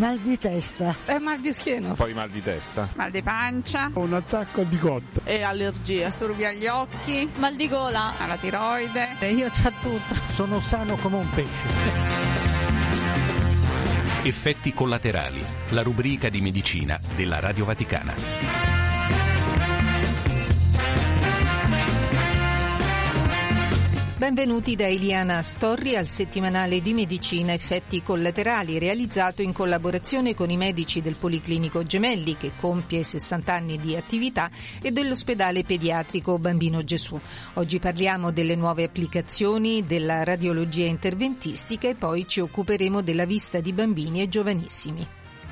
Mal di testa. Mal di schiena. Poi mal di testa. Mal di pancia. Un attacco di cotta. E allergia. Disturbi agli occhi. Mal di gola. Alla tiroide. E io c'ho tutto. Sono sano come un pesce. Effetti collaterali, la rubrica di medicina della Radio Vaticana. Benvenuti da Eliana Storri al settimanale di medicina Effetti collaterali, realizzato in collaborazione con i medici del Policlinico Gemelli, che compie 60 anni di attività, e dell'ospedale pediatrico Bambino Gesù. Oggi parliamo delle nuove applicazioni della radiologia interventistica e poi ci occuperemo della vista di bambini e giovanissimi.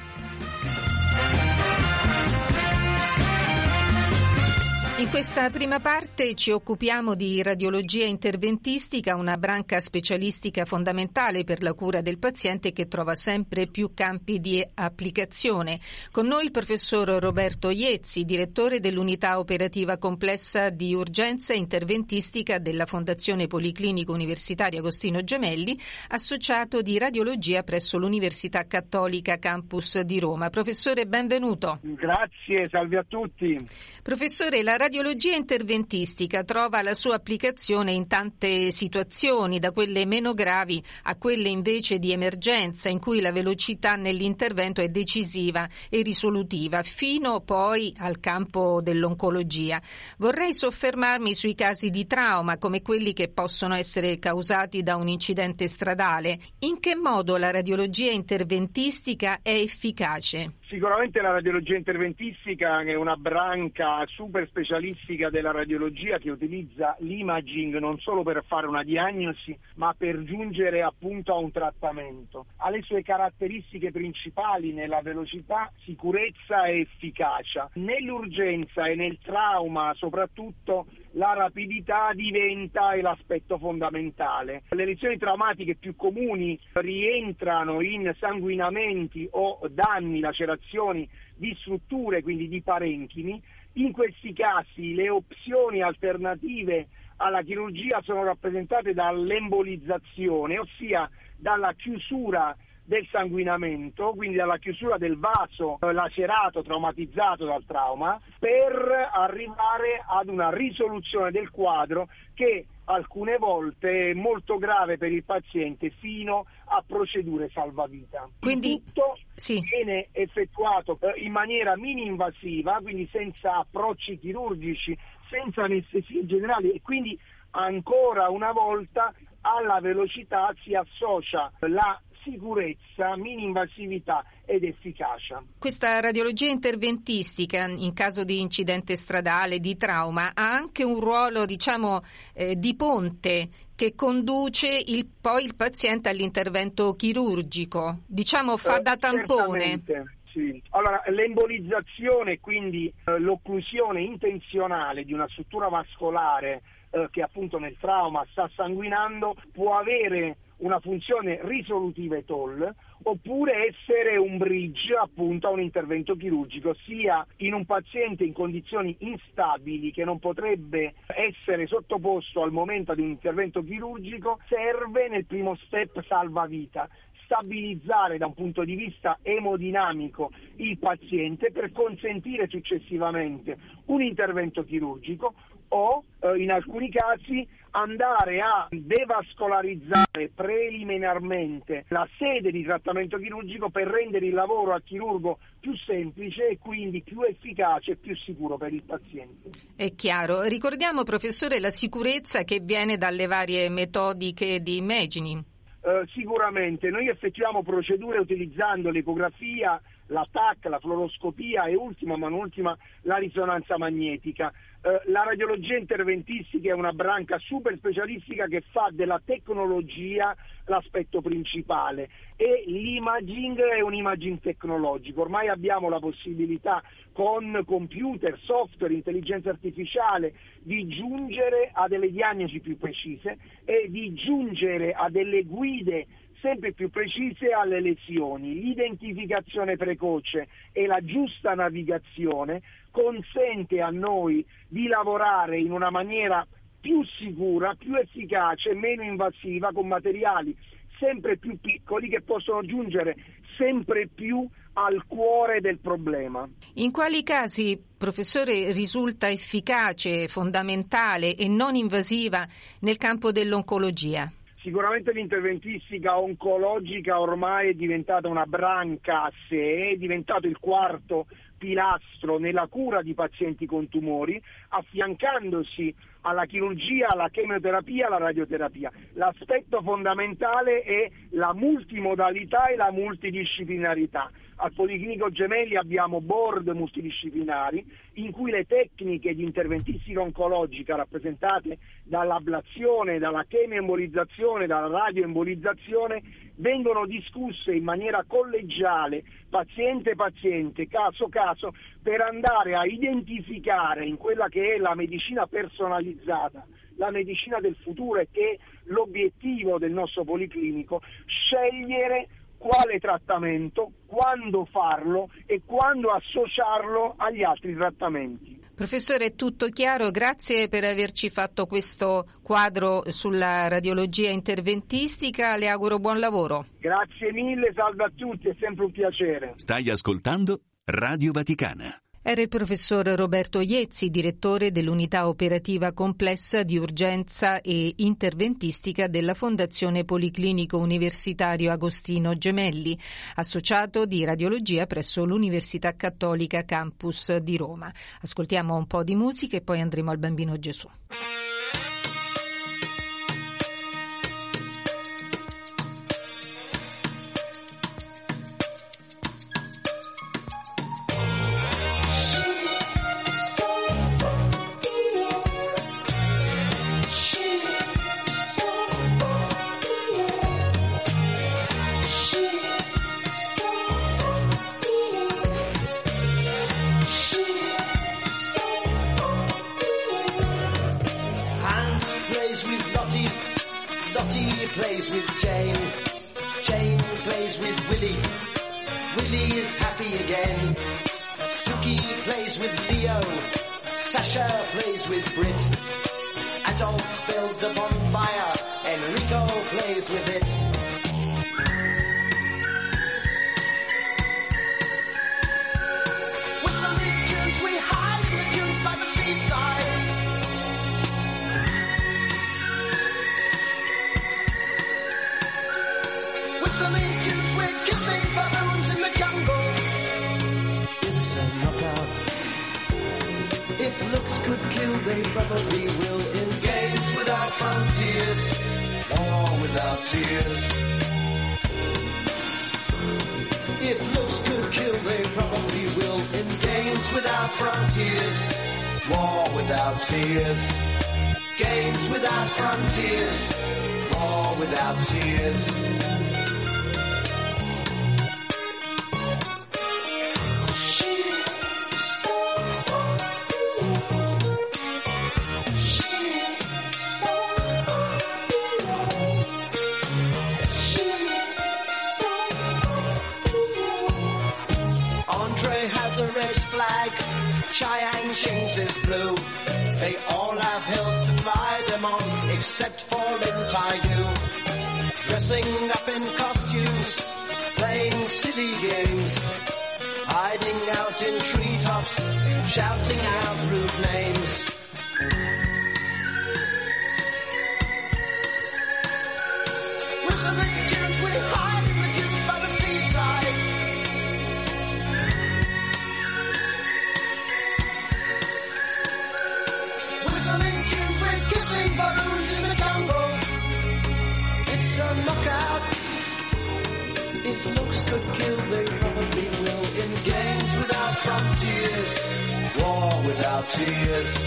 In questa prima parte ci occupiamo di radiologia interventistica, una branca specialistica fondamentale per la cura del paziente che trova sempre più campi di applicazione. Con noi il professor Roberto Iezzi, direttore dell'unità operativa complessa di urgenza interventistica della Fondazione Policlinico Universitario Agostino Gemelli, associato di radiologia presso l'Università Cattolica Campus di Roma. Professore, benvenuto. Grazie, salve a tutti. Professore, la radiologia interventistica trova la sua applicazione in tante situazioni, da quelle meno gravi a quelle invece di emergenza, in cui la velocità nell'intervento è decisiva e risolutiva, fino poi al campo dell'oncologia. Vorrei soffermarmi sui casi di trauma, come quelli che possono essere causati da un incidente stradale. In che modo la radiologia interventistica è efficace? Sicuramente la radiologia interventistica è una branca super specialistica della radiologia che utilizza l'imaging non solo per fare una diagnosi, ma per giungere appunto a un trattamento. Ha le sue caratteristiche principali nella velocità, sicurezza e efficacia. Nell'urgenza e nel trauma soprattutto la rapidità diventa l'aspetto fondamentale. Le lesioni traumatiche più comuni rientrano in sanguinamenti o danni, lacerazioni di strutture, quindi di parenchimi. In questi casi le opzioni alternative alla chirurgia sono rappresentate dall'embolizzazione, ossia dalla chiusura del sanguinamento, quindi dalla chiusura del vaso lacerato, traumatizzato dal trauma, per arrivare ad una risoluzione del quadro che alcune volte è molto grave per il paziente fino a procedure salvavita. Quindi tutto sì, viene effettuato in maniera mini-invasiva, quindi senza approcci chirurgici, senza anestesie generali, e quindi ancora una volta alla velocità si associa la sicurezza, mini-invasività ed efficacia. Questa radiologia interventistica in caso di incidente stradale, di trauma, ha anche un ruolo, di ponte che conduce poi il paziente all'intervento chirurgico, fa da tampone. Sì. Allora, l'embolizzazione, quindi l'occlusione intenzionale di una struttura vascolare che appunto nel trauma sta sanguinando, può avere una funzione risolutiva e TOL, oppure essere un bridge appunto a un intervento chirurgico, sia in un paziente in condizioni instabili che non potrebbe essere sottoposto al momento di un intervento chirurgico, serve nel primo step salvavita, stabilizzare da un punto di vista emodinamico il paziente per consentire successivamente un intervento chirurgico o in alcuni casi andare a devascolarizzare preliminarmente la sede di trattamento chirurgico per rendere il lavoro al chirurgo più semplice e quindi più efficace e più sicuro per il paziente. È chiaro. Ricordiamo, professore, la sicurezza che viene dalle varie metodiche di imaging. Sicuramente noi effettuiamo procedure utilizzando l'ecografia, la TAC, la fluoroscopia e ultima ma non ultima la risonanza magnetica. La radiologia interventistica è una branca super specialistica che fa della tecnologia l'aspetto principale e l'imaging è un imaging tecnologico. Ormai abbiamo la possibilità con computer, software, intelligenza artificiale di giungere a delle diagnosi più precise e di giungere a delle guide sempre più precise alle lesioni. L'identificazione precoce e la giusta navigazione consente a noi di lavorare in una maniera più sicura, più efficace, meno invasiva, con materiali sempre più piccoli che possono giungere sempre più al cuore del problema. In quali casi, professore, risulta efficace, fondamentale e non invasiva nel campo dell'oncologia? Sicuramente l'interventistica oncologica ormai è diventata una branca a sé, è diventato il quarto pilastro nella cura di pazienti con tumori, affiancandosi alla chirurgia, alla chemioterapia, alla radioterapia. L'aspetto fondamentale è la multimodalità e la multidisciplinarità. Al Policlinico Gemelli abbiamo board multidisciplinari in cui le tecniche di interventistica oncologica rappresentate dall'ablazione, dalla chemioembolizzazione, dalla radioembolizzazione vengono discusse in maniera collegiale, paziente paziente, caso caso, per andare a identificare in quella che è la medicina personalizzata, la medicina del futuro, e che è l'obiettivo del nostro policlinico, scegliere quale trattamento, quando farlo e quando associarlo agli altri trattamenti. Professore, è tutto chiaro, grazie per averci fatto questo quadro sulla radiologia interventistica, le auguro buon lavoro. Grazie mille, salve a tutti, è sempre un piacere. Stai ascoltando Radio Vaticana. Era il professor Roberto Iezzi, direttore dell'unità operativa complessa di urgenza e interventistica della Fondazione Policlinico Universitario Agostino Gemelli, associato di radiologia presso l'Università Cattolica Campus di Roma. Ascoltiamo un po' di musica e poi andremo al Bambino Gesù. Plays with Jane, Jane plays with Willie, Willie is happy again. Suki plays with Leo, Sasha plays with Brit. Adolf builds a bonfire, Enrico plays with it. Whistling tunes, we hide in the dunes by the seaside. Whistling tunes, we're kissing baboons in the jungle. It's a knockout. If looks could kill, they probably will. In games without frontiers, war without tears. If looks could kill, they probably will. In games without frontiers, war without tears. Games without frontiers, war without tears. Chiang Shing's is blue. They all have hills to fly them on, except for Lin Tai-yu. Dressing up in costumes, playing silly games, hiding out in treetops, shouting out rude names. Whistling tunes, we hide in the dunes by the seaside. Whistling tunes, we're kissing baboons in the jungle. It's a knockout. If looks could kill, they probably will. In games without frontiers, war without tears.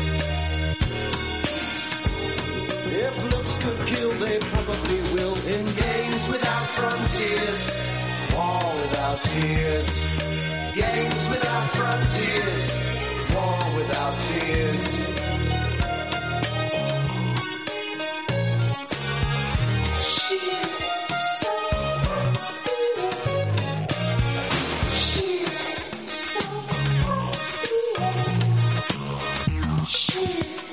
If looks could kill, they probably will. In games without frontiers, war without tears. Games without frontiers, war without tears.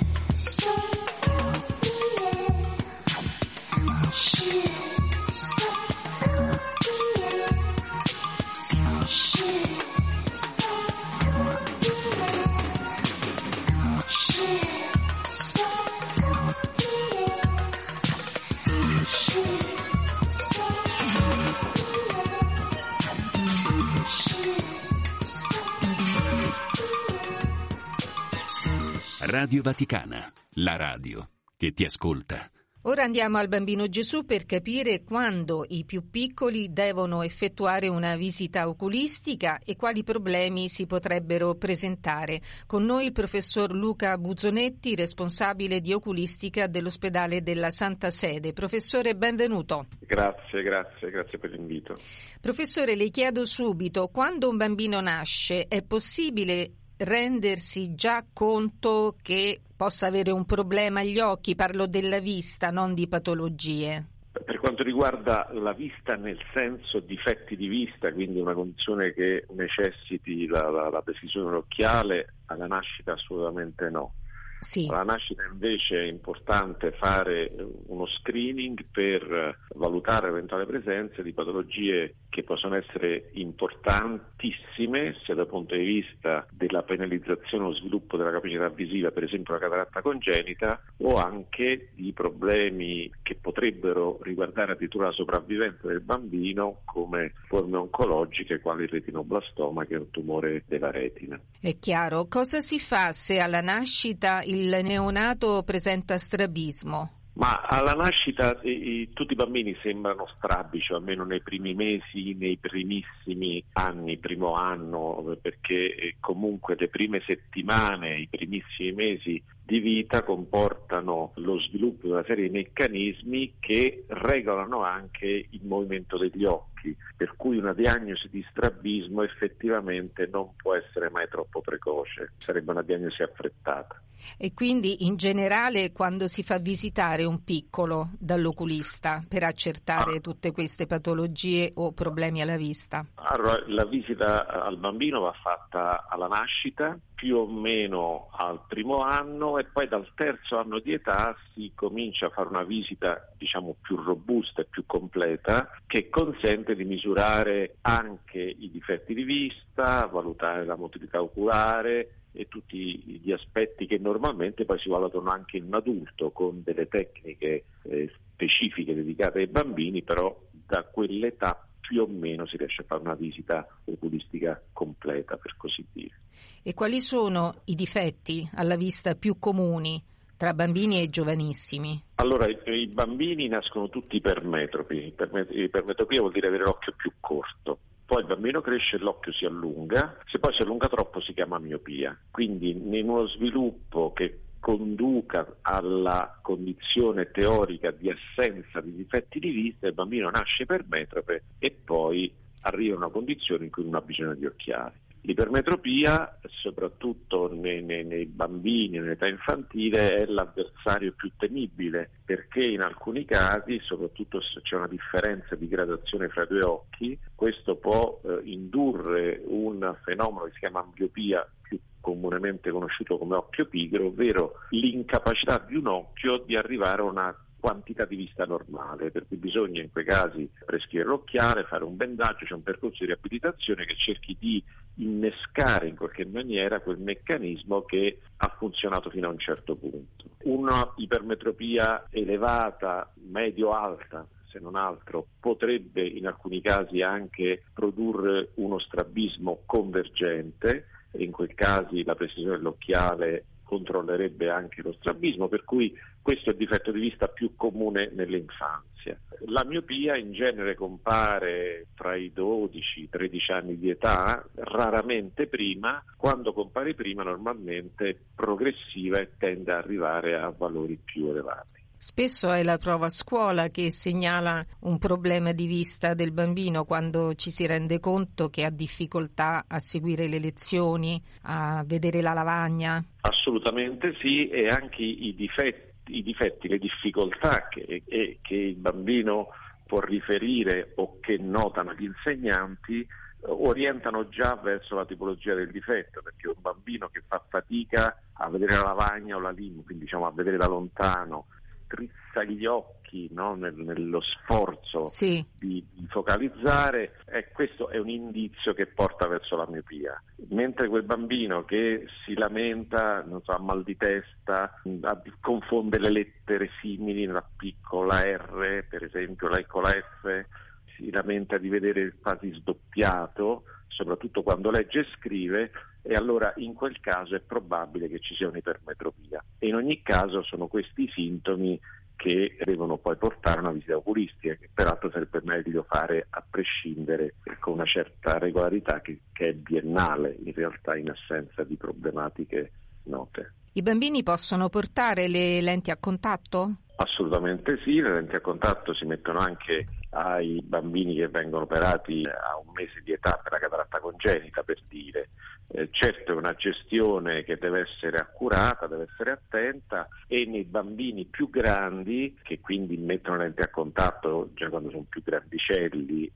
So Radio Vaticana, la radio che ti ascolta. Ora andiamo al Bambino Gesù per capire quando i più piccoli devono effettuare una visita oculistica e quali problemi si potrebbero presentare. Con noi il professor Luca Buzzonetti, responsabile di oculistica dell'ospedale della Santa Sede. Professore, benvenuto. Grazie per l'invito. Professore, le chiedo subito, quando un bambino nasce è possibile rendersi già conto che possa avere un problema agli occhi? Parlo della vista, non di patologie. Per quanto riguarda la vista nel senso difetti di vista, quindi una condizione che necessiti la precisione occhiale, alla nascita assolutamente no. Sì. Alla nascita invece è importante fare uno screening per valutare eventuale presenza di patologie che possono essere importantissime sia dal punto di vista della penalizzazione o sviluppo della capacità visiva, per esempio la cataratta congenita, o anche di problemi che potrebbero riguardare addirittura la sopravvivenza del bambino, come forme oncologiche quali il retinoblastoma, che è un tumore della retina. È chiaro. Cosa si fa se alla nascita il neonato presenta strabismo? Ma alla nascita tutti i bambini sembrano strabici, almeno nei primi mesi, nei primissimi anni, primo anno, perché comunque le prime settimane, i primissimi mesi di vita comportano lo sviluppo di una serie di meccanismi che regolano anche il movimento degli occhi, per cui una diagnosi di strabismo effettivamente non può essere mai troppo precoce, sarebbe una diagnosi affrettata. E quindi in generale quando si fa visitare un piccolo dall'oculista per accertare tutte queste patologie o problemi alla vista? Allora, la visita al bambino va fatta alla nascita, più o meno al primo anno, e poi dal terzo anno di età si comincia a fare una visita, diciamo, più robusta e più completa, che consente di misurare anche i difetti di vista, valutare la motilità oculare e tutti gli aspetti che normalmente poi si valutano anche in un adulto con delle tecniche specifiche dedicate ai bambini, però da quell'età più o meno si riesce a fare una visita oculistica completa, per così dire. E quali sono i difetti alla vista più comuni tra bambini e giovanissimi? Allora, i bambini nascono tutti ipermetropi. Ipermetropia vuol dire avere l'occhio più corto. Poi il bambino cresce e l'occhio si allunga, se poi si allunga troppo si chiama miopia. Quindi in uno sviluppo che conduca alla condizione teorica di assenza di difetti di vista, il bambino nasce ipermetrope e poi arriva a una condizione in cui non ha bisogno di occhiali. L'ipermetropia, soprattutto nei bambini, nell'età infantile, è l'avversario più temibile, perché in alcuni casi, soprattutto se c'è una differenza di gradazione fra i due occhi, questo può indurre un fenomeno che si chiama ambliopia, più comunemente conosciuto come occhio pigro, ovvero l'incapacità di un occhio di arrivare a una quantità di vista normale, per cui bisogna in quei casi prescrivere l'occhiale, fare un bendaggio, c'è un percorso di riabilitazione che cerchi di innescare in qualche maniera quel meccanismo che ha funzionato fino a un certo punto. Una ipermetropia elevata, medio-alta, se non altro, potrebbe in alcuni casi anche produrre uno strabismo convergente, e in quei casi la precisione dell'occhiale controllerebbe anche lo strabismo, per cui questo è il difetto di vista più comune nell'infanzia. La miopia in genere compare tra i 12 e i 13 anni di età, raramente prima. Quando compare prima normalmente è progressiva e tende ad arrivare a valori più elevati. Spesso è la prova a scuola che segnala un problema di vista del bambino, quando ci si rende conto che ha difficoltà a seguire le lezioni, a vedere la lavagna. Assolutamente sì, e anche i difetti, le difficoltà che il bambino può riferire o che notano gli insegnanti orientano già verso la tipologia del difetto, perché un bambino che fa fatica a vedere la lavagna o la lingua, quindi diciamo a vedere da lontano, strizza gli occhi, no? nello sforzo di focalizzare, questo è un indizio che porta verso la miopia. Mentre quel bambino che si lamenta, ha mal di testa, confonde le lettere simili, la piccola R per esempio, con la F, si lamenta di vedere quasi sdoppiato, soprattutto quando legge e scrive, e allora in quel caso è probabile che ci sia un'ipermetropia. E in ogni caso sono questi sintomi che devono poi portare a una visita oculistica, che peraltro sarebbe meglio fare a prescindere, con una certa regolarità che è biennale in realtà, in assenza di problematiche note. I bambini possono portare le lenti a contatto? Assolutamente sì, le lenti a contatto si mettono anche ai bambini che vengono operati a 1 mese di età per la cataratta congenita, per dire. Certo è una gestione che deve essere accurata, deve essere attenta, e nei bambini più grandi, che quindi mettono lenti a contatto già quando sono più grandicelli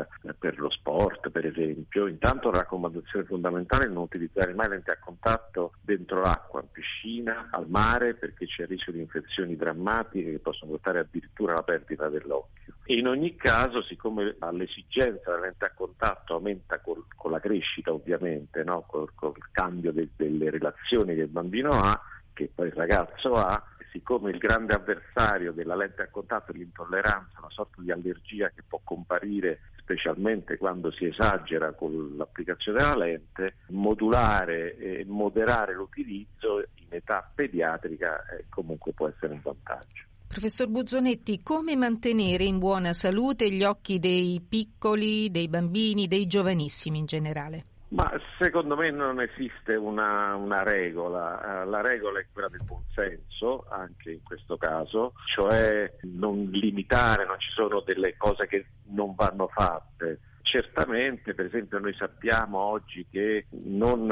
per lo sport per esempio, intanto la raccomandazione fondamentale è non utilizzare mai lenti a contatto dentro l'acqua, in piscina, al mare, perché c'è il rischio di infezioni drammatiche che possono portare addirittura alla perdita dell'occhio. E in ogni caso, siccome l'esigenza della lente a contatto aumenta con la crescita ovviamente, no? Col cambio delle relazioni che il bambino ha, che poi il ragazzo ha, siccome il grande avversario della lente a contatto è l'intolleranza, una sorta di allergia che può comparire specialmente quando si esagera con l'applicazione della lente, modulare e moderare l'utilizzo in età pediatrica comunque può essere un vantaggio. Professor Buzzonetti, come mantenere in buona salute gli occhi dei piccoli, dei bambini, dei giovanissimi in generale? Ma secondo me non esiste una regola, la regola è quella del buonsenso anche in questo caso, cioè non limitare, non ci sono delle cose che non vanno fatte. Certamente, per esempio, noi sappiamo oggi che non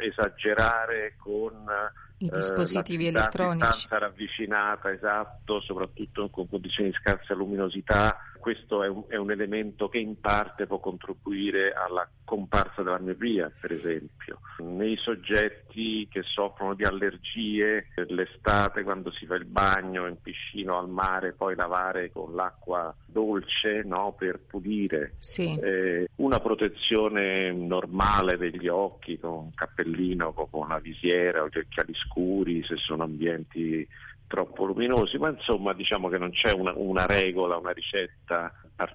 esagerare con i dispositivi elettronici, la distanza ravvicinata, esatto, soprattutto con condizioni di scarsa luminosità. Questo è un elemento che in parte può contribuire alla comparsa della miopia, per esempio. Nei soggetti che soffrono di allergie, l'estate quando si fa il bagno in piscina o al mare, poi lavare con l'acqua dolce, no, per pulire. Sì. Una protezione normale degli occhi con un cappellino, con una visiera o gli occhiali scuri se sono ambienti troppo luminosi, ma insomma diciamo che non c'è una regola, una ricetta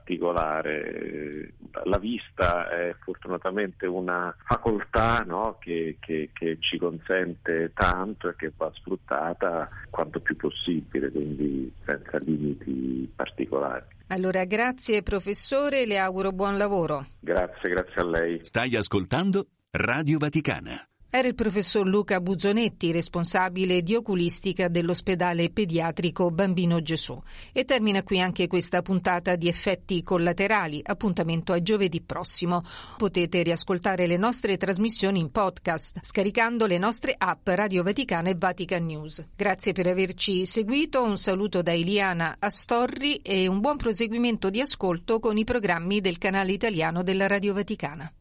particolare. La vista è fortunatamente una facoltà, no, che ci consente tanto e che va sfruttata quanto più possibile, quindi senza limiti particolari. Allora, grazie professore, le auguro buon lavoro. Grazie a lei. Stai ascoltando Radio Vaticana. Era il professor Luca Buzzonetti, responsabile di oculistica dell'ospedale pediatrico Bambino Gesù. E termina qui anche questa puntata di Effetti Collaterali. Appuntamento a giovedì prossimo. Potete riascoltare le nostre trasmissioni in podcast, scaricando le nostre app Radio Vaticana e Vatican News. Grazie per averci seguito, un saluto da Eliana Astorri e un buon proseguimento di ascolto con i programmi del canale italiano della Radio Vaticana.